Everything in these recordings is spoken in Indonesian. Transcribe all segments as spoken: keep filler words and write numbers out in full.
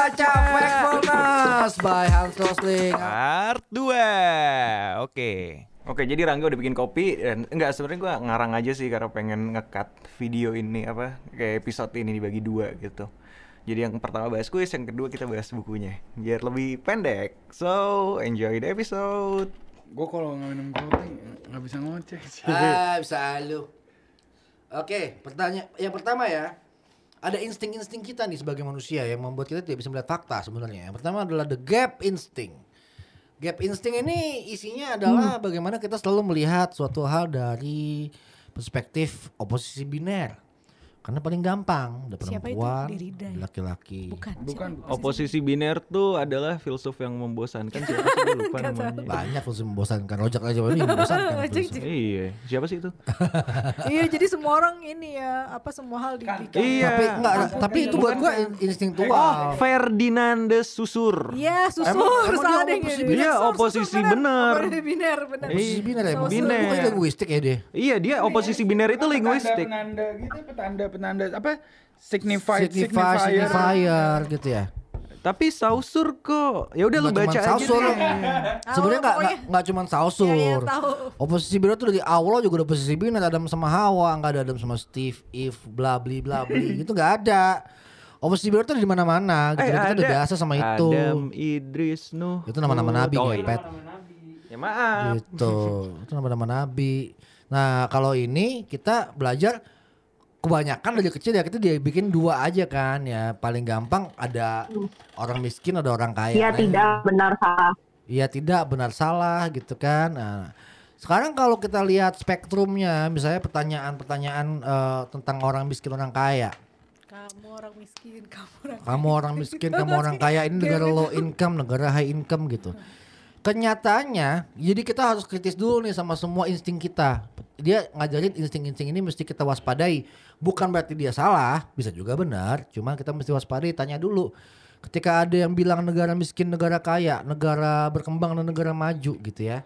Baca Factfulness by Hans Rosling Part dua. Oke. Oke, jadi Rangga udah bikin kopi dan enggak sebenarnya gue ngarang aja sih karena pengen nge-cut video ini apa kayak episode ini dibagi dua gitu. Jadi yang pertama bahas kuis, yang kedua kita bahas bukunya biar lebih pendek. So, enjoy the episode. Gue kalau nggak minum kopi nggak bisa ngoceh sih. Ah, bisa lu. Oke, pertanyaan yang pertama ya. Ada insting-insting kita nih sebagai manusia yang membuat kita tidak bisa melihat fakta sebenarnya. Yang pertama adalah the gap instinct. Gap instinct ini isinya adalah hmm. bagaimana kita selalu melihat suatu hal dari perspektif oposisi biner. Karena paling gampang, ada perempuan, laki-laki. Bukan. Bukan. Oposisi biner tuh adalah filsuf yang membosankan. Siapa sih, gue lupa namanya. Banyak filsuf membosankan. Rojak aja ini membosankan. Iya, siapa sih itu? Iya, jadi semua orang ini ya, apa semua hal dibikin. Iya. Tapi enggak, tapi itu buat gua instingtual. Oh, Ferdinandes Susur. Iya, susur. Emang- emang Salah dia deh. oposisi Susur, Dia susur, oposisi bener. bener. Oposisi biner, bener. Oposisi biner ya, Susur. biner. Bukan linguistik ya dia. Iya, dia oposisi biner itu linguistik. Penanda gitu, petanda petanda apa? Signified, Signify, signifier. signifier gitu ya. Tapi Saussure kok. Ya udah lu Nggak baca cuman aja. Saussure. deh. Sebenarnya nggak pokoknya. nggak nggak cuma Iya, iya, Saussure. tahu. Oposisi biner tuh dari awal juga udah oposisi biner, Adam sama Hawa, nggak ada Adam sama Steve, Eve, bla bli bla bli gitu nggak ada. Oposisi biner tuh di mana-mana. Gitu. Eh, Dan kita udah ada. biasa sama itu. Adam, Idris, Nuh. Itu nama-nama nabi Oh, iya. ngepet. Ya maaf. Gitu. Itu nama-nama nabi. Nah kalau ini kita belajar kebanyakan dari kecil ya kita dia bikin dua aja kan ya, paling gampang ada orang miskin ada orang kaya. Iya Nah, tidak benar salah. Iya tidak benar salah gitu kan. Nah, sekarang kalau kita lihat spektrumnya, misalnya pertanyaan-pertanyaan eh, tentang orang miskin orang kaya. Kamu orang miskin, kamu orang Kamu orang miskin, kamu orang kaya, ini negara low income, negara high income gitu. Kenyataannya, jadi kita harus kritis dulu nih sama semua insting kita. Dia ngajarin insting-insting ini mesti kita waspadai. Bukan berarti dia salah, bisa juga benar. Cuma kita mesti waspadai, tanya dulu. Ketika ada yang bilang negara miskin, negara kaya, negara berkembang dan negara maju gitu ya.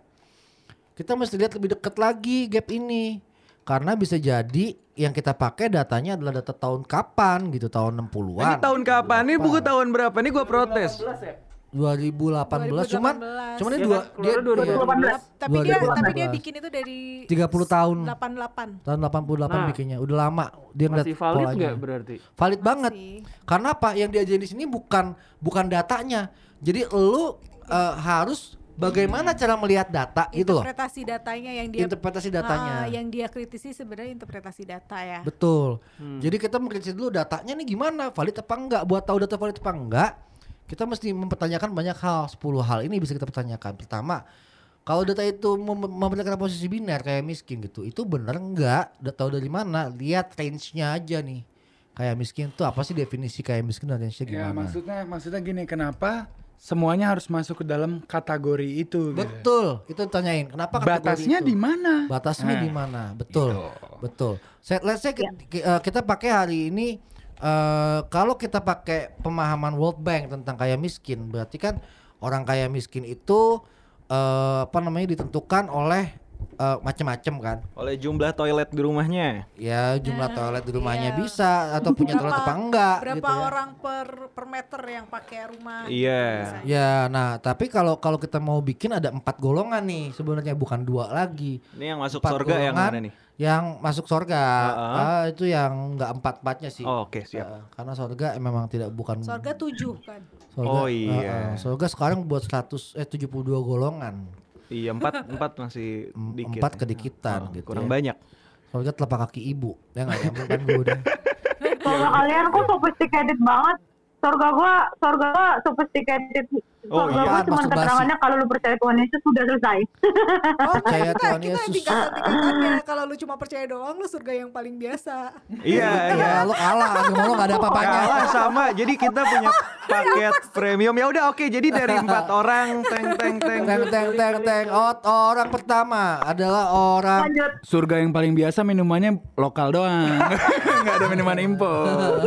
Kita mesti lihat lebih dekat lagi gap ini. Karena bisa jadi yang kita pakai datanya adalah data tahun kapan gitu, tahun enam puluhan. Ini tahun kapan? Ini buku tahun berapa? Ini gua protes. dua ribu delapan belas cuman dua ribu delapan belas. cuman ini Iya dua kan, keluarnya dia, dua ribu dia delapan belas. Tapi dia dua ribu tapi dia delapan belas. bikin itu dari tiga puluh tahun delapan puluh delapan. tahun delapan puluh delapan Nah, bikinnya udah lama dia ngeliat Masih valid polanya. nggak berarti? Valid banget. Masih. Karena apa yang diajarin di sini bukan bukan datanya. Jadi lu eh, harus bagaimana cara melihat data gitu loh. Interpretasi datanya yang dia Interpretasi datanya. Ah, yang dia kritisi sebenarnya interpretasi data ya. Betul. Hmm. Jadi kita mengkritisi dulu datanya nih gimana, valid apa enggak. Buat tahu data valid apa enggak, kita mesti mempertanyakan banyak hal. sepuluh hal ini bisa kita pertanyakan. Pertama, kalau data itu mem- mempertanyakan posisi biner kayak miskin gitu, itu benar enggak? Udah tahu dari mana? Lihat range-nya aja nih. Kayak miskin tuh apa sih definisi kayak miskin dan range-nya Ya gimana? maksudnya maksudnya gini, kenapa semuanya harus masuk ke dalam kategori itu? Gitu. Betul, itu tanyain. Kenapa kategori Batasnya itu? di mana? Batasnya Nah, di mana? Betul. gitu. Betul. Saya let's say ki- ki- eh, kita pakai hari ini eh, kalau kita pakai pemahaman World Bank tentang kaya miskin, berarti kan orang kaya miskin itu eh, apa namanya ditentukan oleh eh, macam-macam kan. Oleh jumlah toilet di rumahnya. Ya jumlah toilet di rumahnya iya. bisa atau punya toilet apa enggak Berapa gitu ya. orang per per meter yang pakai rumah? Iya. Misalnya. Ya, nah tapi kalau kalau kita mau bikin ada empat golongan nih sebenarnya bukan dua lagi. Ini yang masuk Empat surga yang golongan mana nih? Yang masuk surga. Uh-uh. Ah, itu yang enggak empat-empatnya sih. Oh, oke, siap. Ah, karena surga memang tidak bukan Surga tujuh kan. surga, Oh, iya. ah, ah. surga sekarang buat seratus eh tujuh puluh dua golongan. Iya, empat empat masih Em- dikit. empat kedikitan Oh, gitu kurang ya. banyak. Surga telapak kaki ibu. Ya enggak nyambung kan gue udah. Surga kalian kok sophisticated banget. Surga gua, surga gua sophisticated. Oh, Surga iya, gua cuma masturbasi. keterangannya kalau lu percaya Tuhan Yesus sudah selesai. Oh, Percaya kita, Tuhan kita Yesus. tingkatan-tingkatannya. Kalau lu cuma percaya doang, lu surga yang paling biasa. Iya, iya. Ya lu kalah, agama lu enggak ada apa-apanya. Kalah sama. Jadi kita punya paket premium. Ya udah oke. Jadi dari empat orang teng teng teng. Teng teng teng teng. Oh, orang pertama adalah orang Lanjut. Surga yang paling biasa minumannya lokal doang. Nggak ada minuman impor.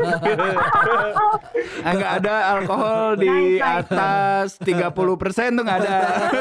Nggak ada alkohol di atas tiga puluh persen tuh nggak ada.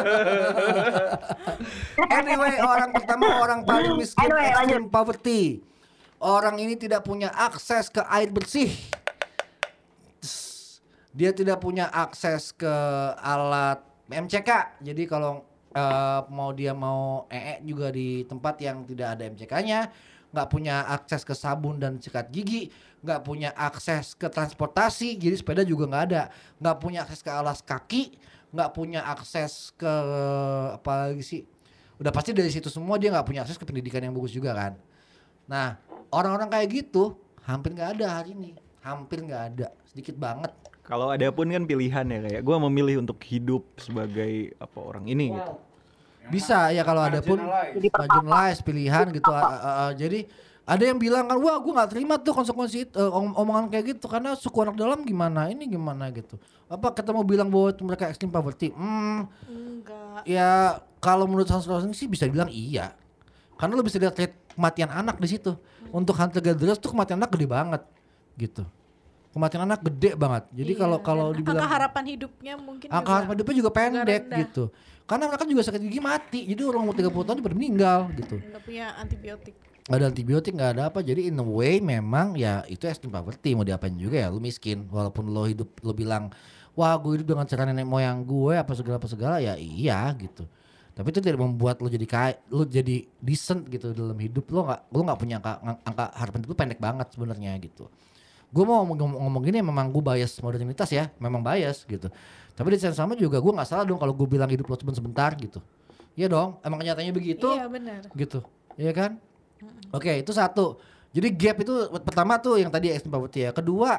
Anyway, orang pertama orang paling miskin, Anyway, extreme poverty. Orang ini tidak punya akses ke air bersih. Dia tidak punya akses ke alat M C K. Jadi kalau uh, mau dia mau ee juga di tempat yang tidak ada M C K-nya, nggak punya akses ke sabun dan sikat gigi, nggak punya akses ke transportasi, jadi sepeda juga nggak ada, nggak punya akses ke alas kaki, nggak punya akses ke apa lagi sih? Udah pasti dari situ semua dia nggak punya akses ke pendidikan yang bagus juga kan. Nah orang-orang kayak gitu hampir nggak ada hari ini, hampir nggak ada, sedikit banget. Kalau ada pun kan pilihan ya, kayak gue memilih untuk hidup sebagai apa orang ini gitu. Bisa ya kalau ada pun marginalize pilihan gitu. Uh, uh, uh, jadi ada yang bilang kan, wah gue nggak terima tuh konsekuensi uh, om omongan kayak gitu karena suku anak dalam gimana ini gimana gitu. Apa kita mau bilang bahwa mereka extreme poverty? Hmm, Enggak. ya kalau menurut Hans sih bisa bilang iya. Karena lo bisa lihat rate kematian anak di situ. Untuk hunter gatherers tuh kematian anak gede banget gitu. Kematian anak gede banget. Jadi kalau Iya, kalau dan dibilang angka harapan hidupnya mungkin angka juga harapan hidupnya juga pendek rendah. gitu. Karena mereka juga sakit gigi mati. Jadi orang umur tiga puluh tahun pada meninggal gitu. nggak punya antibiotik. Gak ada antibiotik, gak ada apa. Jadi in a way memang ya itu extreme poverty. Mau diapain juga ya, lu miskin. Walaupun lo hidup, lo bilang wah gue hidup dengan cara nenek moyang gue apa segala apa segala, ya iya gitu. Tapi itu tidak membuat lo jadi kaya, lo jadi decent gitu dalam hidup. Lo nggak, lo nggak punya angka, angka harapan hidup lo pendek banget sebenarnya gitu. Gue mau ngomong, ngomong gini memang gue bias modernitas ya, memang bias gitu. Tapi di saat sama juga gue nggak salah dong kalau gue bilang hidup lo cuma sebentar gitu. Iya dong, emang kenyataannya begitu. Iya benar. Gitu, iya kan? Mm-hmm. Oke, itu satu. Jadi gap itu pertama tuh yang tadi extreme poverty ya. Kedua,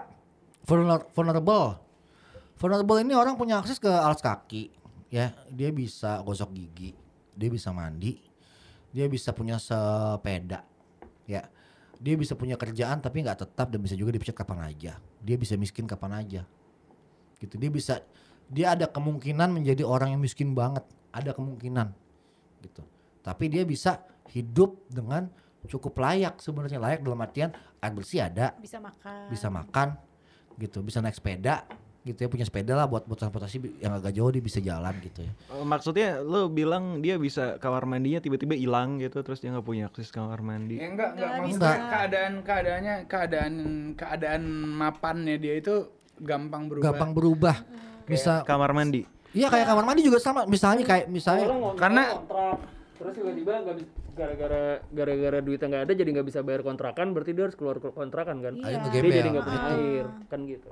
vulnerable. Vulnerable ini orang punya akses ke alas kaki, ya. Dia bisa gosok gigi, dia bisa mandi, dia bisa punya sepeda, ya. Dia bisa punya kerjaan tapi nggak tetap dan bisa juga dipecat kapan aja. Dia bisa miskin kapan aja. Gitu. Dia bisa, dia ada kemungkinan menjadi orang yang miskin banget, ada kemungkinan. Gitu. Tapi dia bisa hidup dengan cukup layak sebenarnya, layak dalam artian air bersih ada, Bisa makan. bisa makan, gitu, bisa naik sepeda, gitu ya, punya sepeda lah buat buat transportasi yang agak jauh dia bisa jalan gitu ya. Maksudnya lo bilang dia bisa kamar mandinya tiba-tiba hilang gitu terus dia nggak punya akses kamar mandi. Ya enggak, enggak, Nggak maksudnya bisa. keadaan keadaannya keadaan keadaan mapannya dia itu gampang berubah. Gampang berubah. Bisa, Kamar mandi. iya kayak kamar mandi juga sama. Misalnya kayak misalnya Karena terus tiba-tiba nggak bisa gara-gara gara-gara duitnya nggak ada jadi nggak bisa bayar kontrakan, berarti dia harus keluar kontrakan kan? Ayo Iya. Dia ngegembel. jadi nggak punya Gitu. air kan gitu.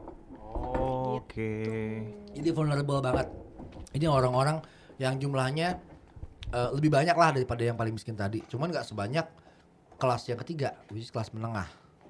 Oh, Oke. Jadi vulnerable banget. Ini orang-orang yang jumlahnya uh, lebih banyak lah daripada yang paling miskin tadi. Cuman nggak sebanyak kelas yang ketiga, which is kelas menengah.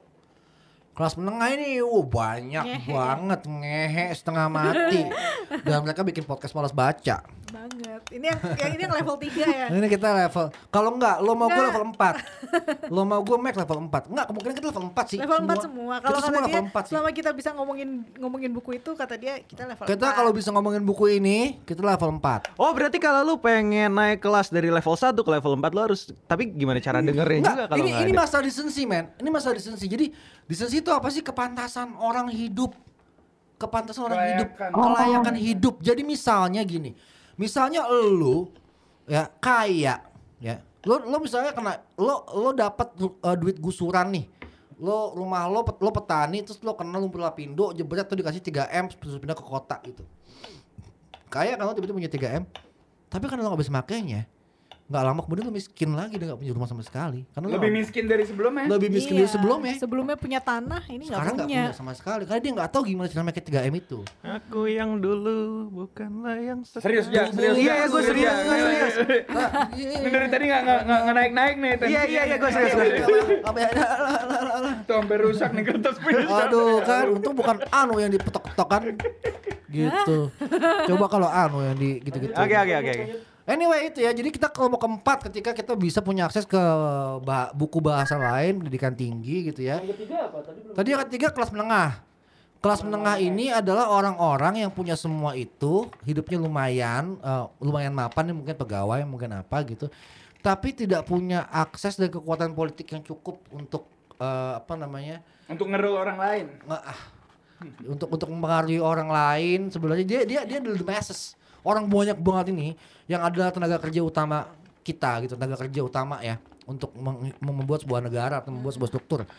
Kelas menengah ini uh, banyak Ngehe. banget, ngehe setengah mati. Dan mereka bikin podcast malas baca. Banget. Ini yang, yang ini yang level tiga ya. Ini kita level, kalau enggak lo mau gue Enggak. level empat. Lo mau gue max level empat. Enggak, kemungkinan kita level empat sih. Level empat semua. Kalau Kita kata semua dia level empat sih. selama kita bisa ngomongin ngomongin buku itu, kata dia kita level Kita empat. kalau bisa ngomongin buku ini, kita level empat. Oh berarti kalau lu pengen naik kelas dari level satu ke level empat lu harus, tapi gimana cara dengernya juga Enggak, kalau ini nggak ini ada? masalah desensi, men. Ini masalah desensi. Jadi desensi itu apa sih? Kepantasan orang hidup. Kepantasan orang hidup, Kelayakan. kelayakan hidup. Jadi misalnya gini. Misalnya lu ya kaya, ya. Lo lo misalnya kena lo lo dapat uh, duit gusuran nih. Lo rumah lo pet- lo petani terus lo kena lumpur lapindo jebret tuh dikasih tiga M terus pindah ke kota gitu. Kaya kan lo tiba-tiba punya tiga M. Tapi kan lo enggak bisa makainya. Enggak lama kemudian lo miskin lagi, dia enggak punya rumah sama sekali. Karena lo lebih nggak- miskin dari sebelumnya. lebih miskin Iya. dari sebelumnya. Sebelumnya punya tanah, ini nggak Sekarang nggak punya. punya sama sekali. Karena dia nggak tahu gimana cara make tiga M itu. Aku yang dulu bukanlah yang sekarang. Serius ya, serius. Iya, Ya, iya, gue serius, ya. gue serius. Ini dari tadi nggak nggak nggak nggak naik-naik nih. Iya, iya, iya, gue serius, gue serius. Tuh sampai rusak nih kertas punya. Aduh kan, untung bukan anu yang dipetok-petok kan. Gitu. Coba kalau anu yang di gitu-gitu. Oke, oke, oke, oke. Anyway itu ya, jadi kita kalau mau keempat ketika kita bisa punya akses ke bah- buku bahasa lain, pendidikan tinggi gitu ya. Yang ketiga apa tadi belum? Tadi yang ketiga kelas menengah. Kelas menengah ini adalah orang-orang yang punya semua itu, hidupnya lumayan, eh, lumayan mapan, nih, mungkin pegawai, mungkin apa gitu. Tapi tidak punya akses dan kekuatan politik yang cukup untuk eh, apa namanya? Untuk ngerul orang lain. nge- ah, untuk untuk mempengaruhi orang lain. Sebenarnya dia dia dia adalah the masses. Orang banyak banget ini yang adalah tenaga kerja utama kita gitu, tenaga kerja utama ya untuk meng- membuat sebuah negara atau membuat sebuah struktur.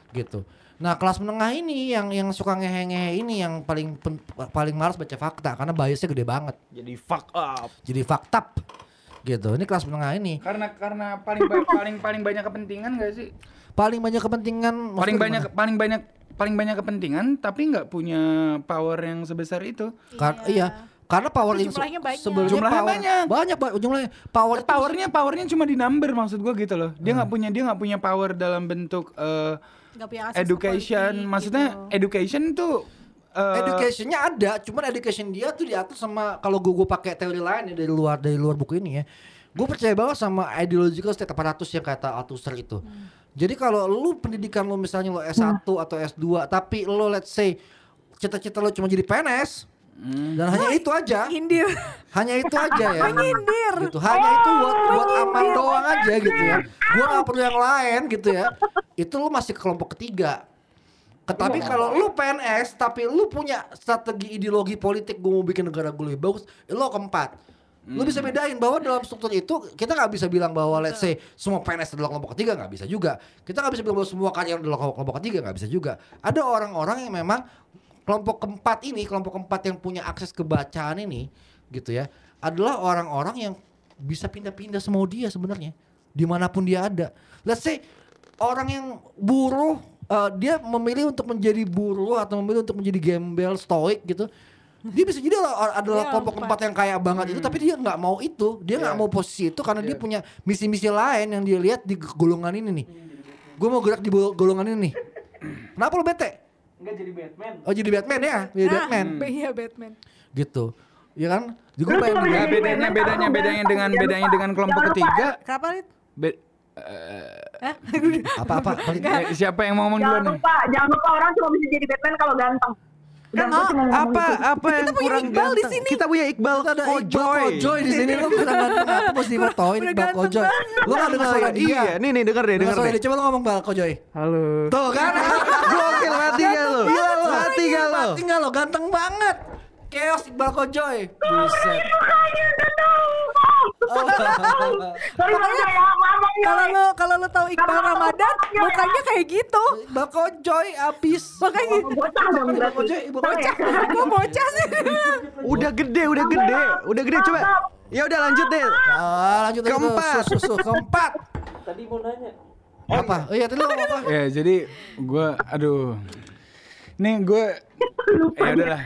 gitu. Nah kelas menengah ini yang yang suka ngehe-ngehe ini yang paling pen, paling malas baca fakta karena biasnya gede banget. Jadi fuck up. Jadi fucked up gitu. Ini kelas menengah ini Karena karena paling ba- paling paling banyak kepentingan gak sih? paling banyak kepentingan. Paling maksudnya banyak gimana? paling banyak paling banyak kepentingan tapi nggak punya power yang sebesar itu. Kar- iya. Karena power Tapi ini jumlahnya banyak. sebenarnya Jumlahnya power- banyak. banyak ba- jumlahnya power itu- Powernya powernya cuma di number maksud gua gitu loh. Dia nggak punya dia nggak punya power dalam bentuk eh, Nggak punya akses ke education. politik Maksudnya gitu. education tuh eh, Educationnya ada, cuman education dia tuh diatur sama kalau gue gue pakai teori lain ya dari luar dari luar buku ini ya. Gue percaya banget sama ideological state apparatus yang kata Althusser itu. Hmm. Jadi kalau lu pendidikan lu misalnya lu S satu atau S dua tapi lu let's say cita-cita lu cuma jadi P N S dan hanya itu aja, Indir. hanya itu aja ya. Menyindir. Gitu. Hanya itu buat buat aman doang aja gitu ya. Gua nggak perlu yang lain gitu ya. Itu lu masih ke kelompok ketiga. Tapi kalau lu P N S tapi lu punya strategi ideologi politik gue mau bikin negara gue lebih bagus, lu keempat. Lu bisa bedain bahwa dalam struktur itu kita nggak bisa bilang bahwa let's say semua P N S adalah kelompok ketiga, nggak bisa juga. Kita nggak bisa bilang bahwa semua karyawan adalah kelompok ketiga, nggak bisa juga. Ada orang-orang yang memang kelompok keempat ini, kelompok keempat yang punya akses ke bacaan ini, gitu ya, adalah orang-orang yang bisa pindah-pindah semau dia sebenarnya, dimanapun dia ada. Let's say orang yang buruh, uh, dia memilih untuk menjadi buruh atau memilih untuk menjadi gembel, stoik gitu. Dia bisa jadi adalah, adalah Dia kelompok empat. keempat yang kaya banget itu, tapi dia nggak mau itu, dia nggak Iya. mau posisi itu karena dia Iya. punya misi-misi lain yang dia lihat di golongan ini nih. Gue mau gerak di bo- golongan ini nih. Kenapa lo bete? Enggak jadi Batman. Oh jadi Batman ya, jadi Nah, Batman Iya Batman. gitu, ya kan? Jadi gue Terus pengen kalau Nah, jadi bilang, bedanya Batman, bedanya kamu bedanya ganteng, dengan jangan bedanya lupa. dengan kelompok Jangan lupa. ketiga. Kenapa Rit? Be- Hah? apa-apa? Paling eh, siapa yang mau ngomong Jangan duluan nih? lupa, jangan lupa orang cuma bisa jadi Batman kalau ganteng. Udah, Kan, gua oh, cuma ngomong Apa gitu. apa yang punya kurang Iqbal di ganteng? sini. Kita punya Iqbal kita ada Iqbal Kojoy. Kojoy di sini, lu kurang ganteng apa mesti fotoin Udah Iqbal ganteng Kojoy? banget. Lu nggak dengar suara dia? Iya, nih nih denger deh, Dengar denger suara deh. dia, coba lu ngomong Bal Kojoy. Halo. Tuh kan? Gokil, mati gak lu? Iya lo, Mati gak lu? Mati gak lo, ganteng banget. Chaos Iqbal Kojoy. Buset. Mukanya udah tahu. Sorry, sorry, ya, maaf, ya. Kalau lo kalau lo tahu Iqbal Ramadan, mukanya kayak gitu. Iqbal Kojoy abis. Makanya Oh, bocah dong Iqbal berarti. Kojoy, Iqbal bocah, Kojoy. kok bocah sih? Udah gede, udah gede, udah gede coba. Ya udah lanjut deh. Ah, lanjut aja tuh. Keempat. Su- su- su- keempat. Tadi mau nanya. Apa? Oh iya, tadi lu ngomong apa? Ya, jadi gue aduh. Nih gue ya udahlah.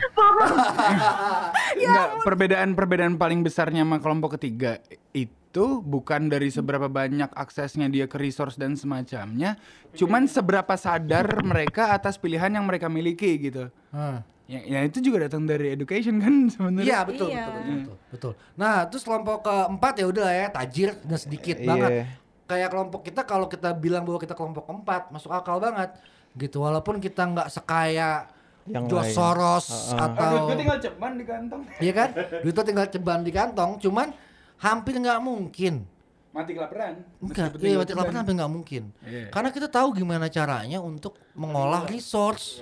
Enggak, perbedaan-perbedaan paling besarnya sama kelompok ketiga itu bukan dari seberapa banyak aksesnya dia ke resource dan semacamnya, cuman seberapa sadar mereka atas pilihan yang mereka miliki gitu. Hah. Ya, ya itu juga datang dari education kan sebenarnya. Iya betul, Iya. betul, betul, betul, betul. Nah terus kelompok keempat ya udah ya tajir dan sedikit Iya. banget. Kayak kelompok kita kalau kita bilang bahwa kita kelompok keempat masuk akal banget gitu. Walaupun kita nggak sekaya Yang George lain. Soros Uh-uh. atau Gue tinggal ceban di kantong. iya kan, duitnya tinggal ceban di kantong. Cuman hampir nggak mungkin. Mati kelaparan. Enggak, Meskipun iya tinggal mati ceban. kelaparan hampir nggak mungkin. Iya. Karena kita tahu gimana caranya untuk mengolah resource.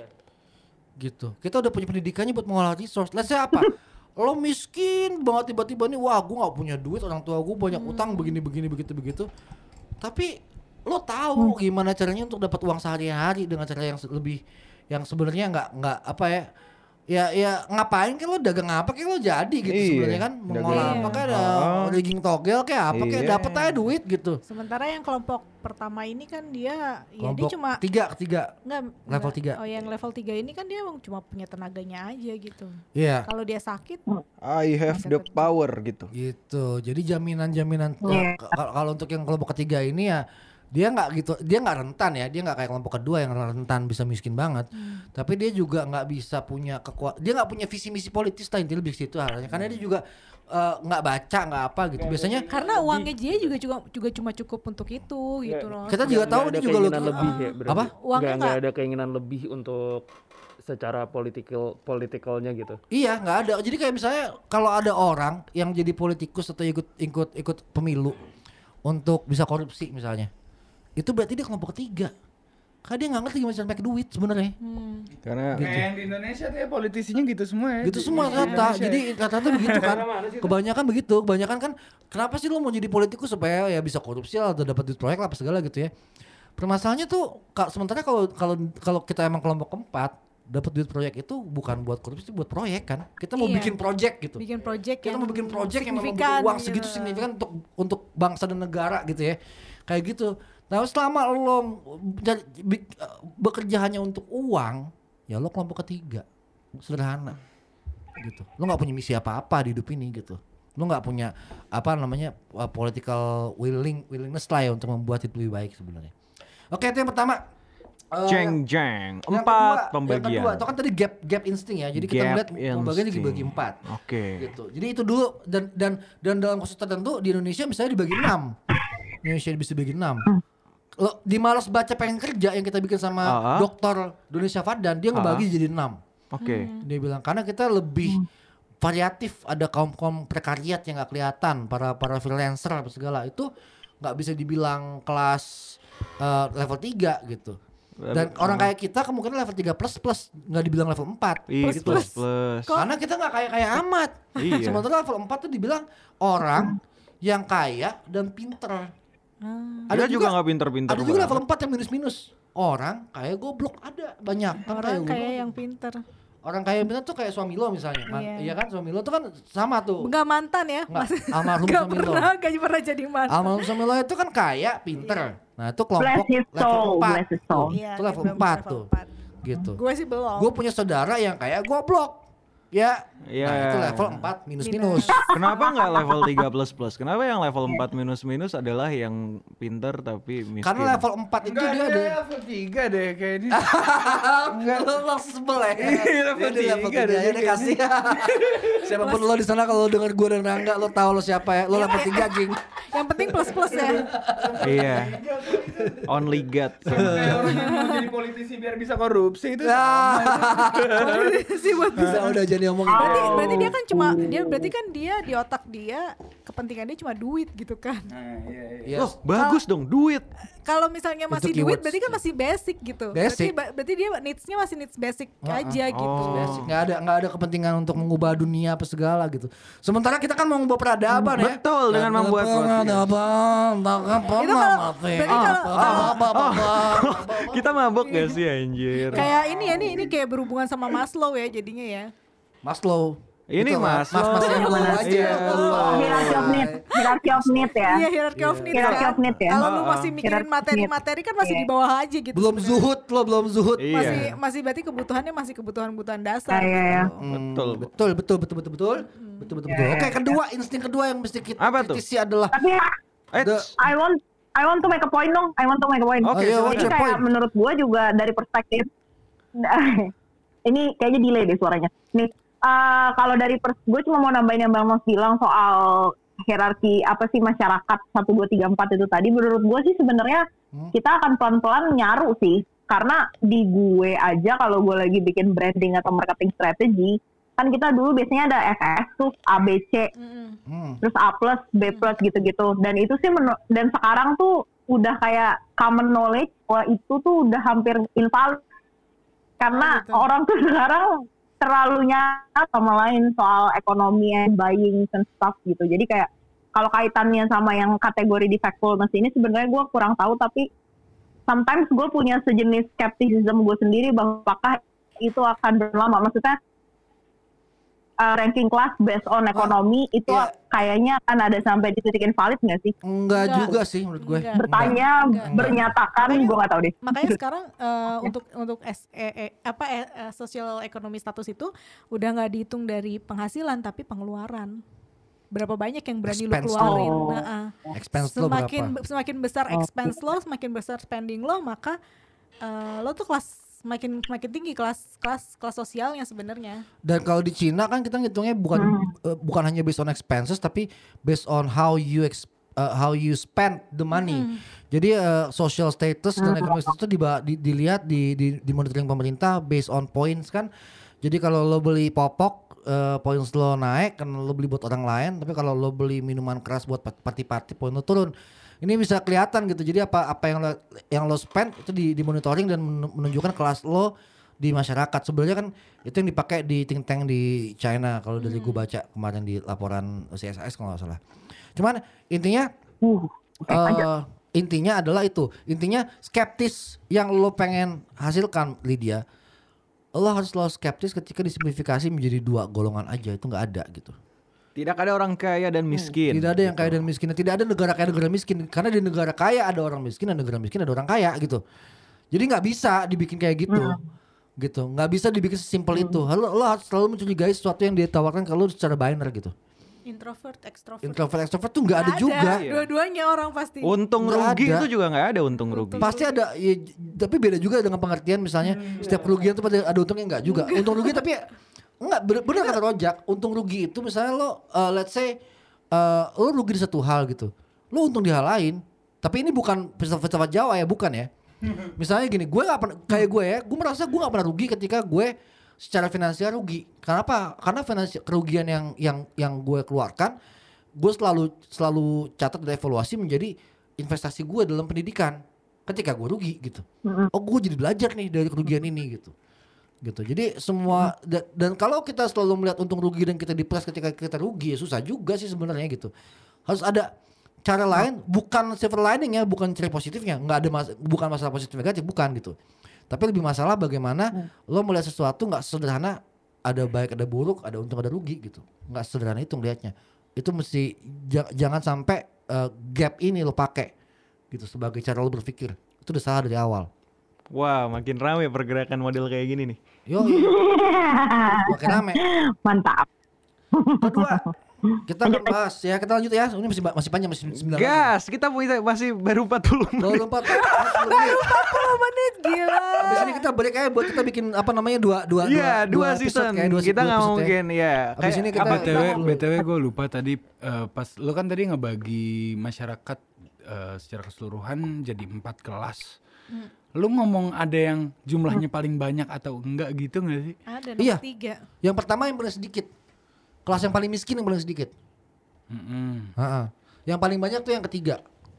Gitu. Kita udah punya pendidikannya buat mengolah resource. Let's say apa? Lo miskin banget tiba-tiba nih, wah gue nggak punya duit, orang tua gue banyak utang begini begini begitu begitu. Tapi lo tahu gimana caranya untuk dapat uang sehari-hari dengan cara yang se- lebih yang sebenarnya nggak nggak apa ya ya ya ngapain kan lo dagang apa kayak lo jadi gitu Iya, sebenarnya kan mengolah dagang. apa kayak ada Oh. rigging togel kayak apa kayak Iya. dapat aja duit gitu. Sementara yang kelompok pertama ini kan dia ya dia Kelompok cuma tiga ketiga enggak level enggak. tiga. Oh, yang level tiga ini kan dia emang cuma punya tenaganya aja gitu. Iya. Kalau dia sakit, I have the power gitu. Gitu. Jadi jaminan-jaminan Iya. k- k- kalau untuk yang kelompok ketiga ini ya dia nggak gitu, dia nggak rentan ya, dia nggak kayak kelompok kedua yang rentan bisa miskin banget. Tapi dia juga nggak bisa punya kekuatan, dia nggak punya visi misi politis lah intinya lebih ke situ arahnya. Karena dia juga eh, nggak baca nggak apa gitu. Biasanya karena uangnya dia juga juga juga cuma cukup untuk itu gitu loh. kita juga tahu ada dia juga keinginan lo- lebih ya berarti. apa? Uangnya Nggak, nggak nggak- ada keinginan lebih untuk secara political politikalnya gitu. Iya nggak ada. Jadi kayak misalnya kalau ada orang yang jadi politikus atau ikut ikut ikut pemilu untuk bisa korupsi misalnya, itu berarti dia kelompok ketiga. Karena dia nggak ngerti gimana cara pakai duit sebenarnya. Hmm. Karena Kayak di Indonesia tuh ya politisinya gitu semua ya. Gitu Di- semua di rata. Indonesia. Jadi rata-rata begitu kan. Mana sih itu? Kebanyakan begitu. Kebanyakan kan kenapa sih lo mau jadi politikus supaya ya bisa korupsi lah atau dapat duit proyek lah apa segala gitu ya. Permasalahannya tuh ka- sementara kalau kalau kalau kita emang kelompok keempat dapat duit proyek itu bukan buat korupsi, buat proyek kan. Kita mau Iya. bikin proyek gitu. Bikin project Kita yang mau bikin proyek yang memang signifikan butuh uang gitu. segitu signifikan untuk untuk bangsa dan negara gitu ya. Kayak gitu. Nah, selama lo jadi- bi- bekerja hanya untuk uang, ya lo kelompok ketiga. Sederhana. Gitu. Lo nggak punya misi apa-apa di hidup ini gitu. Lo nggak punya apa namanya uh, political willing willingness lah ya untuk membuat hidup lebih baik sebenarnya. Oke, itu yang pertama. Eh, Jeng jeng. yang Empat kedua- pembagian. Yang kedua, itu kan tadi gap gap insting ya. Jadi kita Gap melihat pembagian insting. dibagi empat. Oke. Gitu. Jadi itu dulu dan dan dan dalam kasus tertentu di Indonesia misalnya dibagi enam. Indonesia bisa dibagi enam. Lo di malas baca pengen kerja yang kita bikin sama Ah. dokter Indonesia Fadan, dia ngebagi jadi enam. Oke. Dia bilang karena kita lebih variatif, ada kaum-kaum prekariat yang nggak kelihatan, para para freelancer apa segala itu nggak bisa dibilang kelas eh, level tiga gitu. Dan orang kayak kita kemungkinan level tiga plus plus nggak dibilang level empat. Ih, gitu. plus plus. Karena kita nggak kaya-kaya amat. Iya. Sementara level empat tuh dibilang orang yang kaya dan pinter. Ada juga nggak pinter-pinter. Ada juga banget. level empat yang minus-minus. Orang kayak goblok ada banyak kan Orang kayak kayak goblok. yang pinter. Orang kaya yang pinter tuh kayak suami lo misalnya. Man- Iya. Iya kan suami lo tuh kan sama tuh. Enggak mantan ya? Nggak, Mas- almarhum nggak suami lo. pernah, gak pernah jadi mantan. Almarhum suami lo itu kan kaya, pinter. Nah itu kelompok Bless his level soul, empat. bless his soul. Iya, Itu dia level belum empat level tuh. empat. Gitu. Gue sih belum. Gue punya saudara yang kayak goblok. Ya, Iya. nah itu level empat minus-minus. Kenapa nggak level tiga plus plus? Kenapa yang level empat minus minus adalah yang pinter tapi miskin? Karena level empat itu Enggak dia ada ada. level tiga deh kayak ini. Enggak, lo langsung sebel ya. Iya, level Dia di level tiga tiga deh, ya, dia kasih. Siapapun lo di sana kalau denger gue dan Rangga, lo tahu lo siapa ya. Lo level tiga jing. Yang penting plus-plus ya. Iya. Only God. Kayak orang yang mau jadi politisi biar bisa korupsi itu. sih buat Bisa udah jadi ngomong. berarti berarti dia kan cuma dia berarti kan dia di otak dia kepentingan dia cuma duit gitu kan. Nah, iya, iya. Yes. Loh, bagus dong, duit. Kalau misalnya masih Itu duit keywords. berarti kan masih basic gitu. Basic. Berarti ba- berarti dia needs-nya masih needs basic aja gitu. Oh. Basic. Nggak ada nggak ada kepentingan untuk mengubah dunia apa segala gitu. Sementara kita kan mau mengubah peradaban ya. Betul, dengan Dan membuat peradaban, tak apa Itu kalau- mati. berarti kalau- Apa, apa, apa, apa. Kita mabok gak sih anjir? Kayak ini ya nih ini kayak berhubungan sama Maslow ya jadinya ya. Maslow. Ini Itu, Mas Mas Mas yang dulu aja. Iya. Hierarchy of need, hierarchy of need ya. Iya hierarchy of needs Hierarchy kan. of need ya. Kalau lu Ah, masih ah. mikirin Hierarchy of need. materi-materi kan masih di bawah aja gitu. Belum sebenarnya. zuhud lo, belum zuhud. Iya. Masih masih berarti kebutuhannya masih kebutuhan-kebutuhan dasar. Iya, iya, iya. Hmm, Betul. betul, betul, betul, betul, betul, betul, betul, betul. Oke, kedua insting kedua yang mesti kita Apa tuh? kritisi adalah Tapi Eh, The- I want I want to make a point dong. I want to make a point. Oke, Oh, iya, silakan. what's Jadi your kayak point? menurut gue juga dari perspektif ini kayaknya delay deh suaranya. Nih, eh, kalau dari pers gue cuma mau nambahin yang Bang Mas bilang soal hierarki apa sih masyarakat satu dua tiga empat itu tadi. Menurut gue sih sebenarnya Hmm. kita akan pelan-pelan nyaru sih. Karena di gue aja kalau gue lagi bikin branding atau marketing strategy, kan kita dulu biasanya ada F S tuh A B C, Mm-mm. hmm, terus A plus, B plus gitu-gitu. Dan itu sih menu- dan sekarang tuh udah kayak common knowledge wah itu tuh udah hampir invalid. Karena Oh, gitu. orang tuh sekarang terlalu nyata sama lain soal ekonomi and buying and stuff gitu. Jadi kayak kalau kaitannya sama yang kategori di factfulness ini sebenarnya gue kurang tahu, tapi sometimes gue punya sejenis skepticism gue sendiri bahwa apakah itu akan berlama. Maksudnya uh, ranking kelas based on ekonomi itu iya. kayaknya akan ada sampai di titik invalid nggak sih? enggak Enggak. juga sih menurut gue. Enggak. Bertanya, Enggak. bernyatakan, Makanya- gue nggak tahu deh. Makanya sekarang eh, untuk untuk S, eh, eh, apa eh, eh, social economy status itu udah nggak dihitung dari penghasilan tapi pengeluaran. Berapa banyak yang berani lu Expense keluarin? lo. Nah, ah. Expense lo berapa? semakin semakin besar Oh. expense lo, semakin besar spending lo, maka eh, lo tuh kelas semakin semakin tinggi kelas kelas kelas sosialnya sebenarnya. Dan kalau di Cina kan kita ngitungnya bukan eh, bukan hanya based on expenses tapi based on how you ex, uh, how you spend the money. Jadi uh, social status dan economic status itu diba- di, dilihat di, di di monitoring pemerintah based on points kan. Jadi kalau lo beli popok uh, points lo naik karena lo beli buat orang lain, tapi kalau lo beli minuman keras buat party-party poin lo turun. Ini bisa kelihatan gitu. Jadi apa apa yang lo yang lo spend itu di, dimonitoring dan men- menunjukkan kelas lo di masyarakat. Sebenarnya kan itu yang dipakai di think tank di China kalau dari gue baca kemarin di laporan C S I S kalau nggak salah. Cuman intinya Uh, oke, lanjut. eh intinya adalah itu. Intinya skeptis yang lo pengen hasilkan, Lydia. Lo harus selalu skeptis ketika disimplifikasi menjadi dua golongan aja, itu nggak ada gitu. Tidak ada orang kaya dan miskin. Tidak ada yang kaya dan miskin. Tidak ada negara kaya negara miskin. Karena di negara kaya ada orang miskin, dan negara miskin ada orang kaya gitu. Jadi nggak bisa dibikin kayak gitu, gitu. Nggak bisa dibikin sesimpel itu. Lo, lo harus selalu mencurigai sesuatu yang ditawarkan kalau secara binary gitu. Introvert, extrovert. Introvert, extrovert tuh nggak ada Nggak juga. Dua-duanya orang pasti. Untung Nggak rugi ada. itu juga nggak ada untung rugi. Pasti ada, ya, tapi beda juga dengan pengertian misalnya setiap kerugian tuh pada ada untungnya enggak juga. Untung rugi tapi enggak bener, bener kata Rojak, untung rugi itu misalnya lo uh, let's say uh, lo rugi di satu hal gitu. Lo untung di hal lain. Tapi ini bukan filsafat Jawa ya, bukan ya. Misalnya gini, gue gak pernah kayak gue ya, gue merasa gue gak pernah rugi ketika gue secara finansial rugi. Kenapa? Karena finansial kerugian yang yang yang gue keluarkan, gue selalu selalu catat dan evaluasi menjadi investasi gue dalam pendidikan. Ketika gue rugi gitu, oh gue jadi belajar nih dari kerugian ini gitu, gitu. Jadi semua da, dan kalau kita selalu melihat untung rugi dan kita dipres ketika kita rugi, ya susah juga sih sebenarnya gitu. Harus ada cara lain, bukan silver lining ya, bukan cerita positifnya, nggak ada mas, bukan masalah positif negatif, bukan gitu. Tapi lebih masalah bagaimana lo melihat sesuatu nggak sederhana, ada baik ada buruk, ada untung ada rugi gitu, nggak sederhana itu ngelihatnya. Itu mesti j- jangan sampai uh, gap ini lo pakai gitu sebagai cara lo berpikir. Itu udah salah dari awal. Wah, makin rame pergerakan model kayak gini nih. Yo, makin rame. Mantap. Kedua, kita akan bahas ya, kita lanjut ya. Ini masih masih panjang, masih sembilan. Gas, kita punya masih baru empat puluh menit. Baru empat Oh menit gila. Habis ini kita break aja buat kita bikin apa namanya dua dua Iya, dua, episode season. kayak dua, kita dua nggak episode mungkin ya. Habis ini kita- B T W, kita- B T W gue lupa tadi eh, pas lo kan tadi ngebagi masyarakat eh, secara keseluruhan jadi empat kelas. Lu ngomong ada yang jumlahnya paling banyak atau enggak gitu nggak sih? Ada Iya. nomor tiga. Yang pertama yang paling sedikit. Kelas yang paling miskin yang paling sedikit. Mm-mm. Ha-ha. Yang paling banyak tuh yang ketiga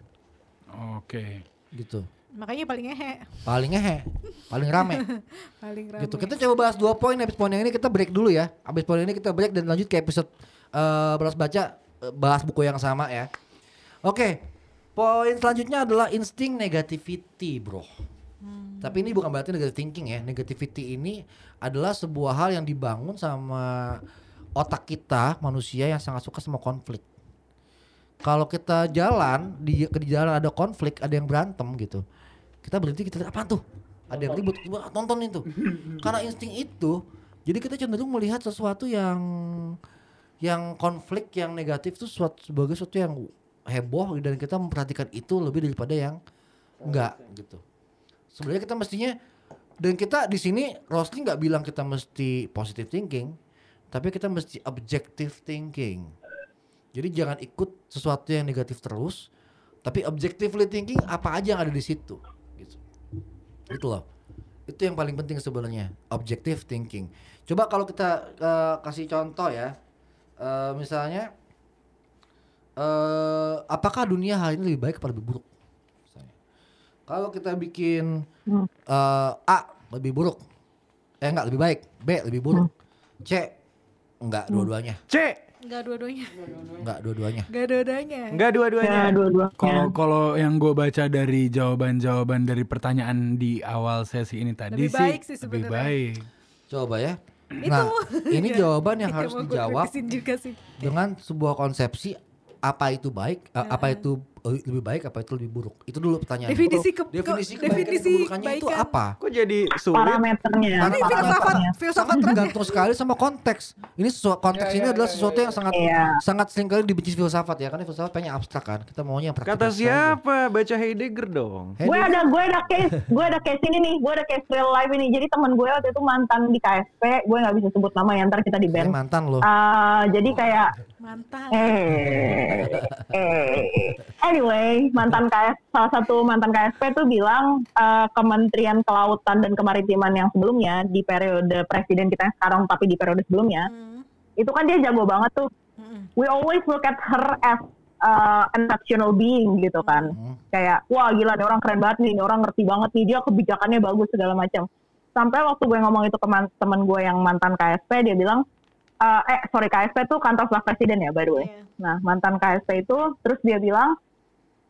Oke. gitu. Makanya paling ngehe. Paling ngehe, paling rame. Paling rame. Gitu. Kita coba bahas dua poin, habis poin yang ini kita break dulu ya. Habis poin ini kita break dan lanjut ke episode eh balas baca, eh, bahas buku yang sama ya. Oke. Poin selanjutnya adalah insting negativity, bro. Tapi ini bukan berarti negative thinking ya. Negativity ini adalah sebuah hal yang dibangun sama otak kita manusia yang sangat suka sama konflik. Kalau kita jalan di di jalan ada konflik, ada yang berantem gitu, kita berhenti, kita lihat apaan tuh? Ada yang ribut, wah, tonton itu. Karena insting itu, jadi kita cenderung melihat sesuatu yang yang konflik, yang negatif itu suatu sebagai sesuatu yang heboh, dan kita memperhatikan itu lebih daripada yang enggak gitu. Sebenarnya kita mestinya, dan kita di sini Rosli nggak bilang kita mesti positive thinking, tapi kita mesti objective thinking. Jadi jangan ikut sesuatu yang negatif terus, tapi objectively thinking apa aja yang ada di situ. Gitu. Itu loh. Itu yang paling penting sebenarnya, objective thinking. Coba kalau kita uh, kasih contoh ya, uh, misalnya, uh, apakah dunia hari ini lebih baik atau lebih buruk? Kalau kita bikin uh, A lebih buruk, eh enggak lebih baik, B lebih buruk, C enggak dua-duanya, C. Enggak dua-duanya. enggak dua-duanya. Enggak dua-duanya. Enggak dua-duanya. Ya, dua-duanya. Kalau kalau yang gue baca dari jawaban-jawaban dari pertanyaan di awal sesi ini tadi Lebih sih, baik sih lebih sebenarnya. baik. Coba ya. Itu. Nah, ini Iya. jawaban yang Itu harus mau gua dijawab kritisin juga sih. dengan sebuah konsepsi apa itu baik, uh, apa itu uh, lebih baik, apa itu lebih buruk. Itu dulu pertanyaannya. Definisi ke, Definisi ke- kebaikan dan definisi keburukannya itu kebaikan. apa? Kok jadi sulit? Parameternya. Karena Ini filsafat, parameternya. filsafat Sangat tergantung sekali sama konteks. Ini sesu- konteks ini adalah sesuatu yang sangat Iya. sangat sering kali dibenci filsafat ya, karena filsafat pengen abstrak kan. Kita maunya yang praktikal. Kata sekali. siapa? Baca Heidegger dong. Hey, Gue dia- ada gue ada case gue ada case ini nih, gue ada case real life ini. Jadi teman gue waktu itu mantan di K S P, gue nggak bisa sebut nama ya, ntar kita di dia ban. mantan loh. Ah, jadi kayak Mantan. eh eh anyway, mantan K S salah satu mantan K S P tuh bilang eh, Kementerian Kelautan dan Kemaritiman yang sebelumnya di periode presiden kita yang sekarang, tapi di periode sebelumnya Hmm. itu kan dia jago banget tuh. Mm-mm. We always look at her as uh, an exceptional being gitu kan. Hmm. Kayak wah gila nih orang keren banget nih, nih orang ngerti banget nih, dia kebijakannya bagus segala macam. Sampai waktu gue ngomong itu ke man- teman gue yang mantan K S P, dia bilang uh, eh sorry K S P tuh kantor staf presiden ya by the way. Iya. Nah mantan K S P itu terus dia bilang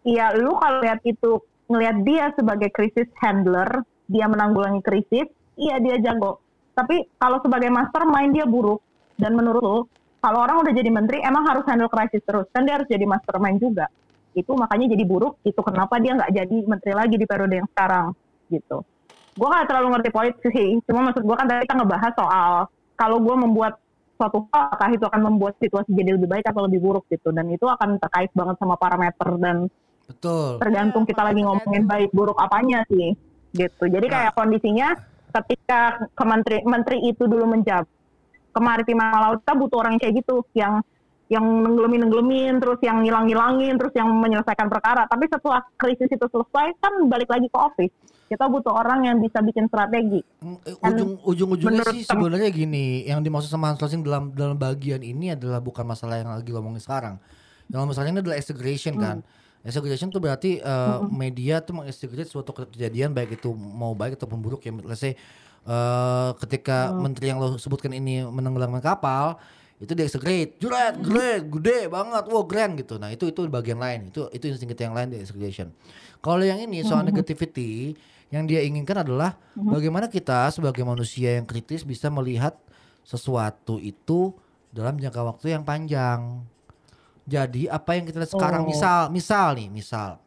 iya lu kalau lihat itu ngelihat dia sebagai krisis handler, dia menanggulangi krisis, iya dia jago. Tapi kalau sebagai mastermind dia buruk. Dan menurut lu, kalau orang udah jadi menteri emang harus handle krisis terus, kan dia harus jadi mastermind juga. Itu makanya jadi buruk. Itu kenapa dia nggak jadi menteri lagi di periode yang sekarang gitu. Gue nggak terlalu ngerti politik sih, cuma maksud gue kan tadi kita ngebahas soal kalau gue membuat suatu hal, apakah itu akan membuat situasi jadi lebih baik atau lebih buruk gitu, dan itu akan terkait banget sama parameter dan Betul. tergantung Ya, kita lagi tergantung. ngomongin baik buruk apanya sih gitu. Jadi kayak kondisinya ketika kementeri menteri itu dulu menjabat kemaritiman laut, kita butuh orang yang kayak gitu, yang yang nenggelemin-nenggelemin, terus yang ngilang-ngilangin, terus yang menyelesaikan perkara. Tapi setelah krisis itu selesai kan balik lagi ke office. Kita butuh orang yang bisa bikin strategi. Mm, eh, Ujung ujung-ujungnya menurut sih tem- sebenarnya gini, yang dimaksud sama Hans Rosling dalam dalam bagian ini adalah bukan masalah yang lagi ngomongin sekarang. Yang masalahnya ini adalah exaggeration kan. Exaggeration tuh berarti uh, media tuh mengeksaggerate suatu kejadian baik itu mau baik ataupun buruk ya. Let's say uh, ketika menteri yang lo sebutkan ini menenggelamkan kapal, itu dia exaggerate, juret, great, gede banget, wow grand gitu. Nah itu itu bagian lain, itu itu insting kita yang lain di exaggeration. Kalau yang ini soal negativity, yang dia inginkan adalah bagaimana kita sebagai manusia yang kritis bisa melihat sesuatu itu dalam jangka waktu yang panjang. Jadi apa yang kita lihat sekarang, Oh. misal, misal nih, misal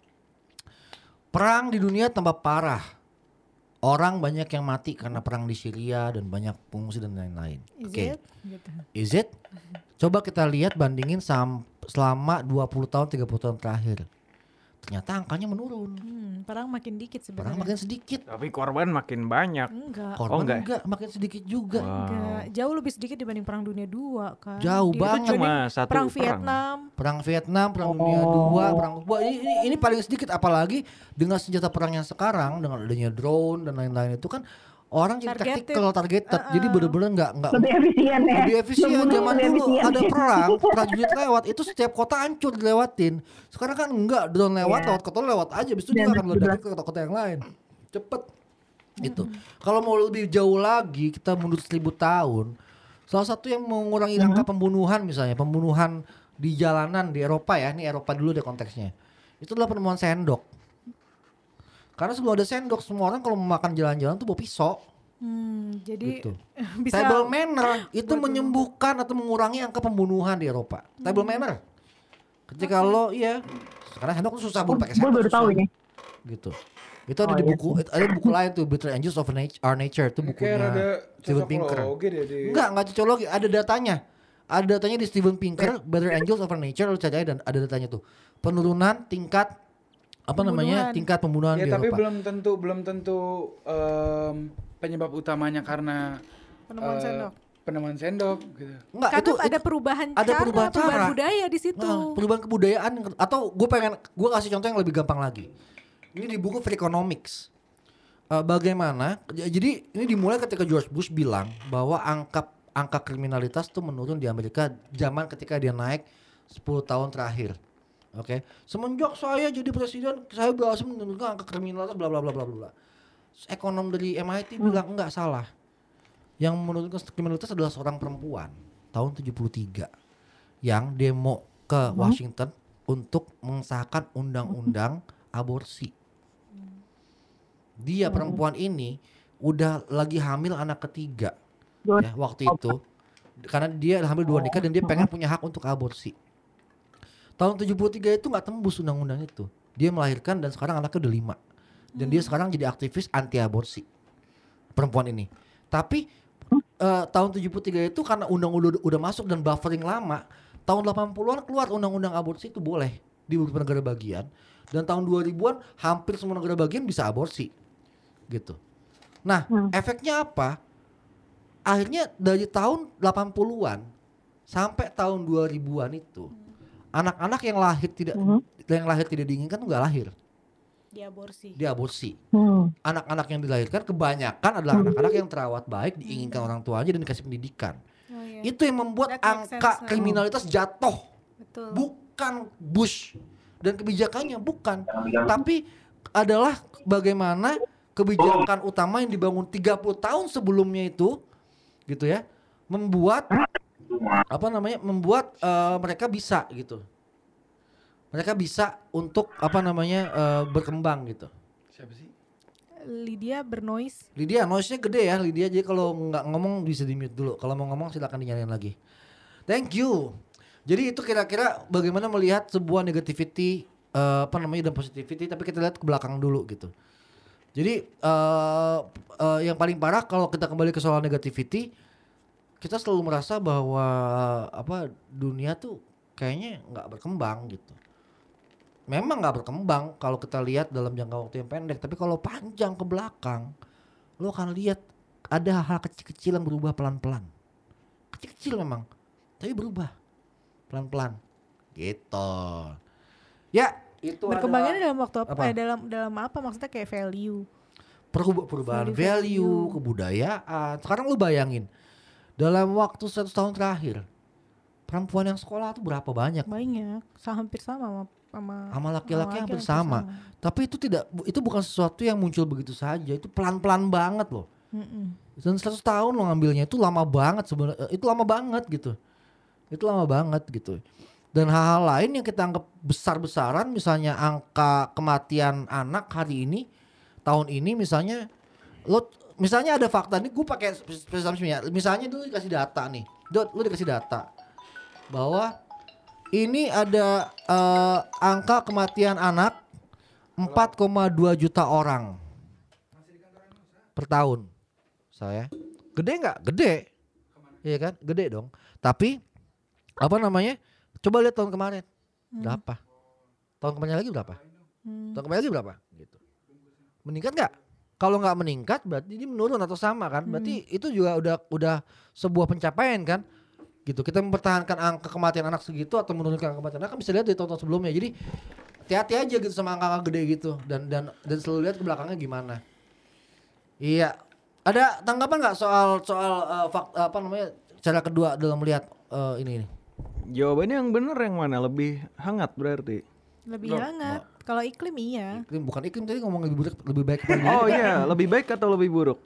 perang di dunia tambah parah. Orang banyak yang mati karena perang di Syria dan banyak pengungsi dan lain-lain. Is Oke. it? Gitu. Is it? Coba kita lihat bandingin sam- selama dua puluh tahun, tiga puluh tahun terakhir. Ternyata angkanya menurun. Hmm, perang makin dikit Perang sebenarnya. makin sedikit. Tapi korban makin banyak. Enggak. Korban enggak ya? enggak, makin sedikit juga. Enggak. Jauh lebih sedikit dibanding perang dunia dua kan. Jauh Di- banget. dibanding Cuma satu perang perang. Vietnam. Perang Vietnam, perang dunia dua, perang wah, ini, ini ini paling sedikit, apalagi dengan senjata perang yang sekarang dengan adanya drone dan lain-lain itu kan orang jadi Targeted. tactical, targeted. Jadi bener-bener nggak nggak Lebih efisien ya. lebih efisien. Membunuh Zaman lebih dulu efisien. ada perang, prajurit lewat itu setiap kota hancur dilewatin. Sekarang kan enggak, drone lewat, Iya. lewat kota lewat aja, habis itu Dan dia akan betul. ledakin ke kota-kota yang lain. Cepet. Gitu. Kalau mau lebih jauh lagi, kita mundur seribu tahun. Salah satu yang mengurangi angka pembunuhan misalnya, pembunuhan di jalanan di Eropa ya, ini Eropa dulu deh konteksnya. Itu adalah penemuan sendok. Karena sebelum ada sendok, semua orang kalau mau makan jalan-jalan tuh bawa pisau. Hmm, jadi Gitu. bisa Table manner itu menyembuhkan atau mengurangi angka pembunuhan di Eropa. Table manner. Ketika lo iya, karena sendok tuh susah buat pakai Gue sendok. baru susah. tahu ini. Gitu. Itu ada Oh, di iya buku, ada di buku lain tuh, Better Angels of Nature, Our Nature itu Kayak bukunya rada Steven Pinker. cocokologi deh di. Enggak, enggak cocokologi, ada datanya. Ada datanya di Steven Pinker, Better Angels of Our Nature, lo cari aja dan ada datanya tuh. Penurunan tingkat apa namanya? Pembunuhan. Tingkat pembunuhan Ya di tapi Eropa. belum tentu belum tentu em, penyebab utamanya karena penemuan eh, sendok. penemuan sendok gitu. Enggak, Karena itu ada itu- perubahan ada cara, perubahan cara. budaya di situ. Nah, perubahan kebudayaan atau gue pengen gue kasih contoh yang lebih gampang lagi. Ini di buku Freakonomics. Eh, bagaimana? j- Jadi ini dimulai ketika George Bush bilang bahwa angka angka kriminalitas tuh menurun di Amerika zaman ketika dia naik sepuluh tahun terakhir. Oke. Semenjak saya jadi presiden, saya berhasil menurunkan angka kriminalitas bla bla bla bla bla. Ekonom dari M I T bilang enggak, salah. Yang menurunkan kriminalitas adalah seorang perempuan tahun tujuh puluh tiga yang demo ke Washington untuk mengesahkan undang-undang aborsi. Dia perempuan ini udah lagi hamil anak ketiga ya waktu itu, karena dia hamil dua nikah dan dia pengen punya hak untuk aborsi. Tahun tujuh puluh tiga itu nggak tembus undang-undang itu. Dia melahirkan dan sekarang anaknya udah lima. Dan dia sekarang jadi aktivis anti aborsi. Perempuan ini. Tapi eh, tahun tujuh puluh tiga itu karena undang-undang udah, udah masuk dan buffering lama, tahun delapan puluhan keluar undang-undang aborsi itu boleh di beberapa negara bagian, dan tahun dua ribuan hampir semua negara bagian bisa aborsi. Gitu. Nah, efeknya apa? Akhirnya dari tahun delapan puluhan sampai tahun dua ribuan itu anak-anak yang lahir tidak yang lahir tidak diinginkan tuh nggak lahir, Diaborsi. diaborsi. Hmm. Anak-anak yang dilahirkan kebanyakan adalah anak-anak yang terawat baik, diinginkan orang tuanya dan dikasih pendidikan. Oh, iya. Itu yang membuat That makes angka sense. kriminalitas jatuh. Betul. Bukan Bush dan kebijakannya, bukan. Tapi adalah bagaimana kebijakan utama yang dibangun tiga puluh tahun sebelumnya itu, gitu ya, membuat apa namanya, membuat eh, mereka bisa gitu mereka bisa untuk apa namanya uh, berkembang gitu. Siapa sih? Lydia bernoise. Lydia noise-nya gede ya Lydia, jadi kalau nggak ngomong bisa di mute dulu. Kalau mau ngomong silakan dinyalain lagi. Thank you. Jadi itu kira-kira bagaimana melihat sebuah negativity uh, apa namanya dan positivity, tapi kita lihat ke belakang dulu gitu. Jadi uh, uh, yang paling parah kalau kita kembali ke soal negativity, kita selalu merasa bahwa apa dunia tuh kayaknya nggak berkembang gitu. Memang nggak berkembang kalau kita lihat dalam jangka waktu yang pendek, tapi kalau panjang ke belakang, lo akan lihat ada hal kecil-kecil yang berubah pelan-pelan. Kecil-kecil memang, tapi berubah pelan-pelan gitu. Ya itu Berkembangnya adalah dalam waktu apa? apa? Eh, dalam dalam apa maksudnya kayak value. Perubahan, perubahan Value, value, value. kebudayaan. Sekarang lu bayangin dalam waktu seratus tahun terakhir perempuan yang sekolah tuh berapa banyak? Banyak, sa- hampir sama sama sama, Sama laki-laki yang hampir bersama. Tapi itu tidak, itu bukan sesuatu yang muncul begitu saja. Itu pelan-pelan banget loh. Mm-mm. Dan seratus tahun lo ngambilnya itu lama banget sebenarnya. Itu lama banget gitu. Itu lama banget gitu. Dan hal-hal lain yang kita anggap besar-besaran, misalnya angka kematian anak hari ini, tahun ini misalnya, lo misalnya ada fakta nih, gue pakai ya, misalnya dulu dikasih data nih, Dot, lo dikasih data bahwa ini ada uh, angka kematian anak empat koma dua juta orang per tahun. Saya gede nggak? Gede, iya kan? Gede dong. Tapi apa namanya? Coba lihat tahun kemarin berapa? Tahun kemarin lagi berapa? Hmm. Tahun kemarin lagi berapa? Gitu. Meningkat nggak? Kalau nggak meningkat berarti ini menurun atau sama kan? Berarti itu juga udah udah sebuah pencapaian kan? Gitu. Kita mempertahankan angka kematian anak segitu atau menurunkan angka kematian anak kan bisa lihat dari tahun-tahun sebelumnya. Jadi hati-hati aja gitu sama angka-angka gede gitu dan dan dan selalu lihat ke belakangnya gimana. Iya. Ada tanggapan nggak soal soal uh, fakta apa namanya cara kedua dalam melihat uh, ini ini? Jawabannya yang bener yang mana? Lebih hangat berarti. Lebih hangat. Kalau iklim iya. Iklim bukan iklim tadi ngomong lebih buruk lebih baik apa lebih Oh iya, lebih baik atau lebih buruk?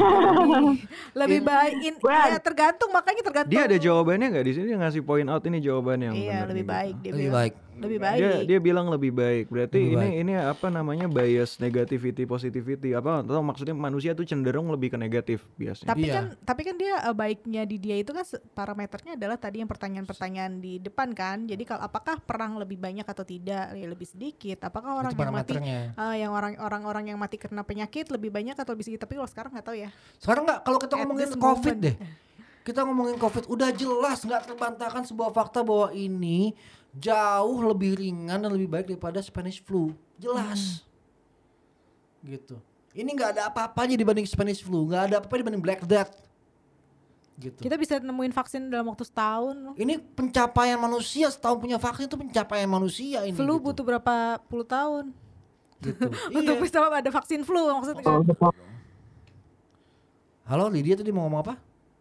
Lebih baik in, ya tergantung, makanya tergantung. Dia ada jawabannya nggak di sini? Dia ngasih point out ini jawabannya yang Iya, benar lebih nih, baik gitu. dia lebih bilang. baik. Lebih baik. Dia dia bilang lebih baik. Berarti Lebih ini baik. ini apa namanya bias negativity positivity apa? Atau maksudnya manusia tuh cenderung lebih ke negatif biasanya. Tapi Iya. kan tapi kan dia eh, baiknya di dia itu kan se- parameternya adalah tadi yang pertanyaan-pertanyaan di depan kan. Jadi kalau apakah perang lebih banyak atau tidak, ya lebih sedikit. Apakah orang Itu yang mati parameternya. eh, yang orang orang-orang yang mati karena penyakit lebih banyak atau lebih sedikit. Tapi kalau sekarang nggak tahu ya. Sekarang nggak, kalau kita At ngomongin this COVID moment. deh, kita ngomongin COVID udah jelas nggak terbantahkan sebuah fakta bahwa ini jauh lebih ringan dan lebih baik daripada Spanish flu, jelas, gitu. Ini nggak ada apa-apanya dibanding Spanish flu, nggak ada apa-apa dibanding Black Death, gitu. Kita bisa nemuin vaksin dalam waktu setahun. Ini pencapaian manusia, setahun punya vaksin itu pencapaian manusia ini. Flu gitu. butuh berapa puluh tahun Gitu. untuk Iya. bisa ada vaksin flu maksudnya kan. Halo Lydia tadi mau ngomong apa?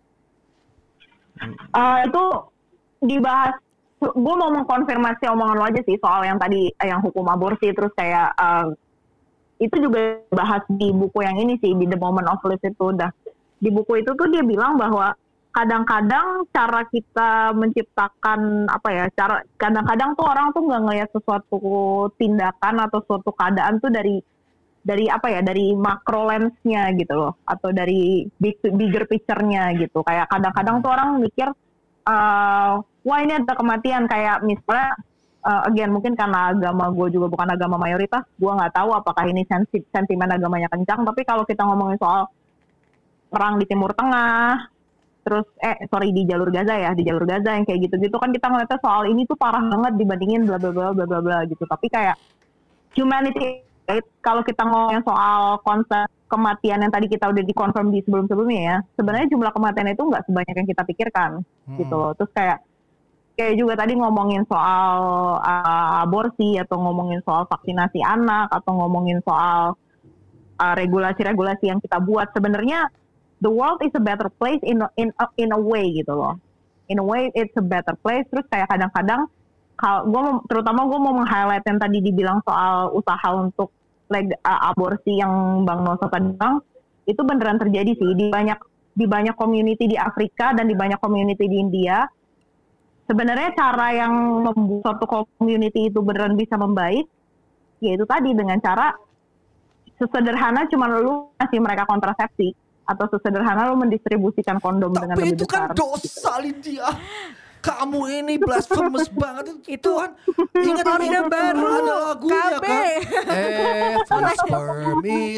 Eh, itu dibahas, gue mau mengkonfirmasi omongan lo aja sih soal yang tadi eh, yang hukum aborsi, terus kayak eh, itu juga bahas di buku yang ini sih, di The Moment of Life itu udah di buku itu tuh dia bilang bahwa kadang-kadang cara kita menciptakan apa ya, cara kadang-kadang tuh orang tuh nggak ngelihat sesuatu tindakan atau suatu keadaan tuh dari dari apa ya, dari macro lens-nya gitu loh, atau dari big, bigger picture-nya gitu. Kayak kadang-kadang tuh orang mikir, uh, wah ini ada kematian, kayak misalnya, uh, again mungkin karena agama gue juga bukan agama mayoritas, gue nggak tahu apakah ini sensi- sentimen agamanya kencang, tapi kalau kita ngomongin soal perang di Timur Tengah, terus eh sorry di jalur Gaza ya, di jalur Gaza yang kayak gitu-gitu kan kita ngeliatnya soal ini tuh parah banget dibandingin bla bla bla bla bla bla gitu. Tapi kayak humanity, kalau kita ngomongin soal konsep kematian yang tadi kita udah dikonfirm di sebelum-sebelumnya ya, sebenarnya jumlah kematian itu nggak sebanyak yang kita pikirkan, Hmm. gitu loh. Terus kayak kayak juga tadi ngomongin soal uh, aborsi atau ngomongin soal vaksinasi anak atau ngomongin soal uh, regulasi-regulasi yang kita buat, sebenarnya the world is a better place in a, in a, in a way gitu loh. In a way it's a better place. Terus kayak kadang-kadang kalau gue terutama gue mau meng-highlight yang tadi dibilang soal usaha untuk leg, uh, aborsi yang Bang Nosa tadi bilang, itu beneran terjadi sih di banyak di banyak community di Afrika dan di banyak community di India. sebenarnya cara yang membuat suatu community itu beneran bisa membaik, yaitu tadi dengan cara sesederhana cuma lu kasih mereka kontrasepsi atau sesederhana lu mendistribusikan kondom dengan Tapi lebih itu kan besar. dosa, Lydia. Kamu ini blasphemous banget itu. Itu Tuhan, ingat Orde ini Baru, ada lagunya K B. kan. Every sperm is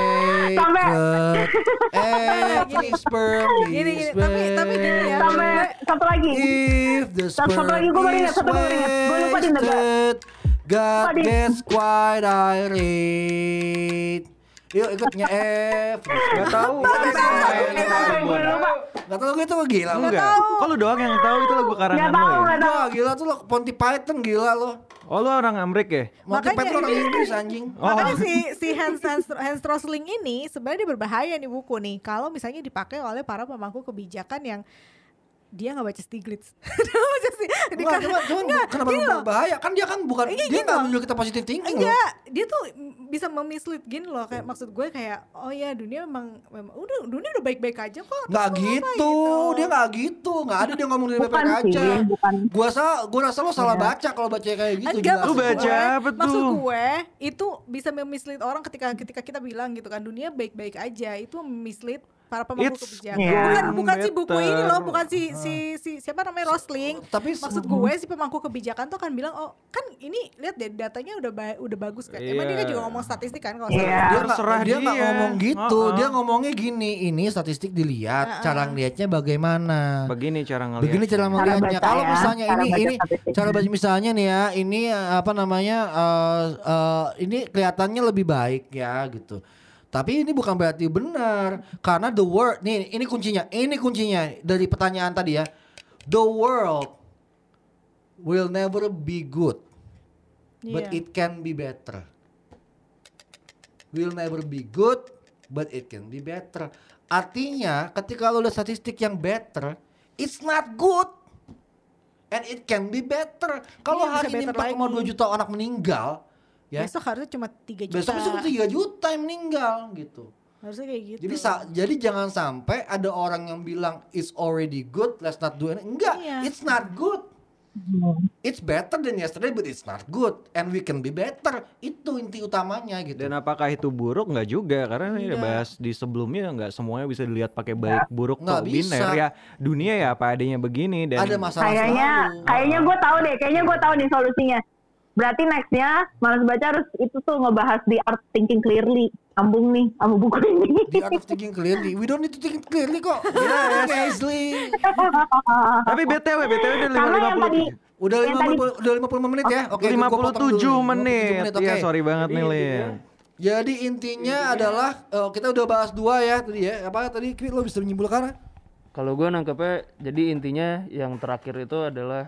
sacred. Every sperm Gini, is gini, tapi tapi gini ya. Sampai satu lagi. If the Satu sperm lagi, gua baru ingat, is satu baru ingat. Gua lupa di negara. wasted, God Lupa di- gets quite irate. Yuk ikutnya F. Gak tahu. Gue lupa. Gak tau gue itu gila lu. Enggak. Kok lu doang yang tahu itu lagu Nggak karangan tahu, lo ya? nggak tahu. Wah gila tuh lo Monty Python gila lo. Oh lu orang Amrik ya? Monty Makanya Python orang ini- Inggris anjing. Oh. Makanya si si Hans Hans, Hans Rosling ini sebenarnya dia berbahaya nih buku nih kalau misalnya dipakai oleh para pemangku kebijakan yang dia nggak baca Stiglitz. Dia nggak baca sih. Enggak, cuma, cuma kenapa gini lu loh. berbahaya? Kan dia kan bukan, Iya, dia gini nggak loh. menunjuk kita positive thinking loh. Enggak, dia tuh bisa memislead gini loh kayak maksud gue kayak oh ya dunia memang memang udah dunia udah baik-baik aja kok. Nggak terus mau apa gitu, dia nggak gitu, nggak ada dia ngomong dari Bukan baik-baik sih, aja. bukan. Gua rasa, gua rasa lo salah baca kalau baca kayak gitu. Enggak, jelas. Lu maksud baca gue, apa tuh? Maksud gue itu bisa memislead orang ketika ketika kita bilang gitu kan dunia baik-baik aja itu memislead para pemangku It's kebijakan. Yeah. Bukan bukan si buku ini loh, better. bukan si si si siapa namanya Rosling. Tapi Maksud gue si pemangku kebijakan tuh kan bilang oh kan ini lihat deh datanya udah ba- udah bagus kan. Emang dia kan Iya. juga ngomong statistik kan kalau Iya. salah. dia nggak Terserah dia nggak dia. ngomong gitu, Uh-uh. dia ngomongnya gini, ini statistik dilihat, cara ngelihatnya bagaimana. Begini cara ngeliat. Begini cara melihatnya. baca Kalau ya, misalnya cara ini baca ini statistik. cara baca misalnya nih ya, ini eh, apa namanya eh, eh, ini kelihatannya lebih baik ya gitu. Tapi ini bukan berarti benar karena the world nih ini kuncinya, ini kuncinya dari pertanyaan tadi ya. The world will never be good, but Iya. it can be better. Will never be good, but it can be better. Artinya ketika lo lihat statistik yang better, it's not good. And it can be better. Kalau Iya, bisa hari ini better empat koma dua lagi. juta orang meninggal, ya. Besok harusnya cuma tiga juta. Besok besok tiga juta yang meninggal gitu. Harusnya kayak gitu. Jadi sa- jadi jangan sampai ada orang yang bilang it's already good, let's not do it. Enggak, Iya. it's not good. It's better than yesterday but it's not good and we can be better. Itu inti utamanya gitu. Dan apakah itu buruk? Nggak juga, karena ini udah Nggak. bahas di sebelumnya nggak semuanya bisa dilihat pakai baik buruk Nggak atau bisa. biner ya. Dunia ya apa adanya begini dan Ada masalah Kayaknya, selalu. kayaknya gue tahu deh. Kayaknya gue tahu nih solusinya. Berarti nextnya Malas Baca harus itu tuh ngebahas di Art Thinking Clearly. Sambung nih sama buku ini. The art of thinking clearly. We don't need to think clearly kok. Yes. Nicely. Tapi B T W B T W udah lima Karena lima yang puluh tadi Udah yang lima tadi puluh udah lima puluh lima menit ya. Oke, lima gua puluh potong dulu. tujuh lima puluh tujuh menit. oke. Ya sorry banget nih Lin. Jadi intinya adalah eh, kita udah bahas dua ya tadi ya. Apa tadi Kri, lo bisa menyimpulkan? Kalau gue nangkepnya, jadi intinya yang terakhir itu adalah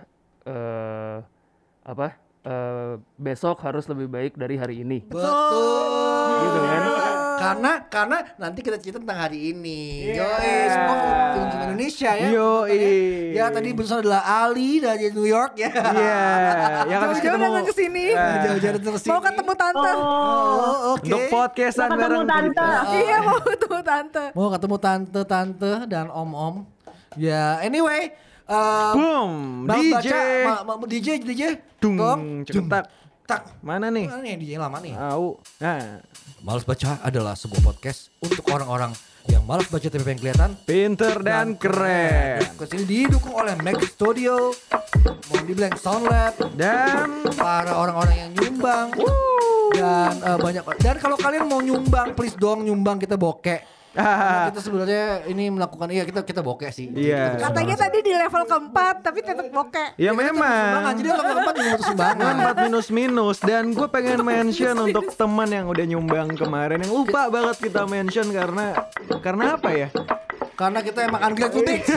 eh apa? eh besok harus lebih baik dari hari ini. Betul. Gitu kan? Karena karena nanti kita cerita tentang hari ini. Yeah. Yoi, semua film-film Indonesia ya. Yoi. Ya tadi bersama adalah Ali dari New York ya. Iya, ya kan Jauh-jauh ketemu datang ke sini. Eh, Jauh-jauh terus Mau ketemu tante. Oh, oke. untuk podcastan Mau ketemu bareng tante. kita. Iya mau ketemu tante. Mau ketemu tante-tante dan om-om. Ya, anyway, um, Boom, Malas D J. baca, ma- ma- D J, D J, Dung, Gong, ceketak. tak. Mana nih? Mana nih yang D J lama nih? Tahu. Nah, Malas Baca adalah sebuah podcast untuk orang-orang yang malas baca tapi pengen kelihatan pinter dan keren. Kesini didukung oleh Mac Studio, mau dibilang Soundlab, Dan para orang-orang yang nyumbang dan eh, banyak. Dan kalau kalian mau nyumbang, please dong nyumbang kita bokeh. Karena kita sebenarnya ini melakukan iya kita kita bokeh sih. Iya. Kita Katanya tadi di level keempat tapi tetap bokeh. ya sumbangan. memang Jadi lo keempat juga butuh sumbangan. empat minus minus dan gue pengen mention untuk teman yang udah nyumbang kemarin yang lupa banget kita mention karena karena apa ya? Karena kita emang ungrateful bitch.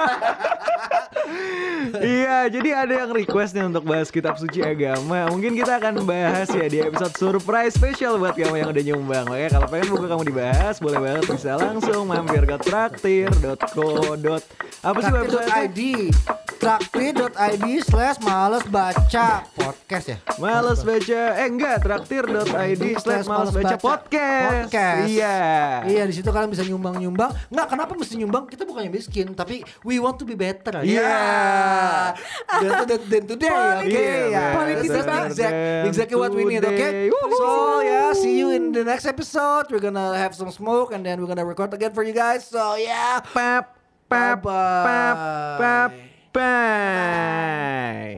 Iya, jadi ada yang request nih untuk bahas kitab suci agama. Mungkin kita akan bahas ya di episode surprise special buat kamu yang udah nyumbang. Oke, kalau pengen buku kamu dibahas, boleh banget bisa langsung mampir ke traktir dot co. Apa sih website? Traktir.id Traktir.id slash males baca podcast ya. Males baca, eh enggak, traktir.id slash males baca podcast. Podcast. Iya. Iya, di situ kalian bisa nyumbang-nyumbang. Nggak, kenapa mesti nyumbang? Kita bukannya miskin, tapi we want to be better. Iya. Then to then, then today, okay. Yeah, Politis that's banget. exact, exactly what we need, okay. So yeah, see you in the next episode. We're gonna have some smoke and then we're gonna record again for you guys. So yeah, Pap, pap, Bye-bye. pap, pap, bye.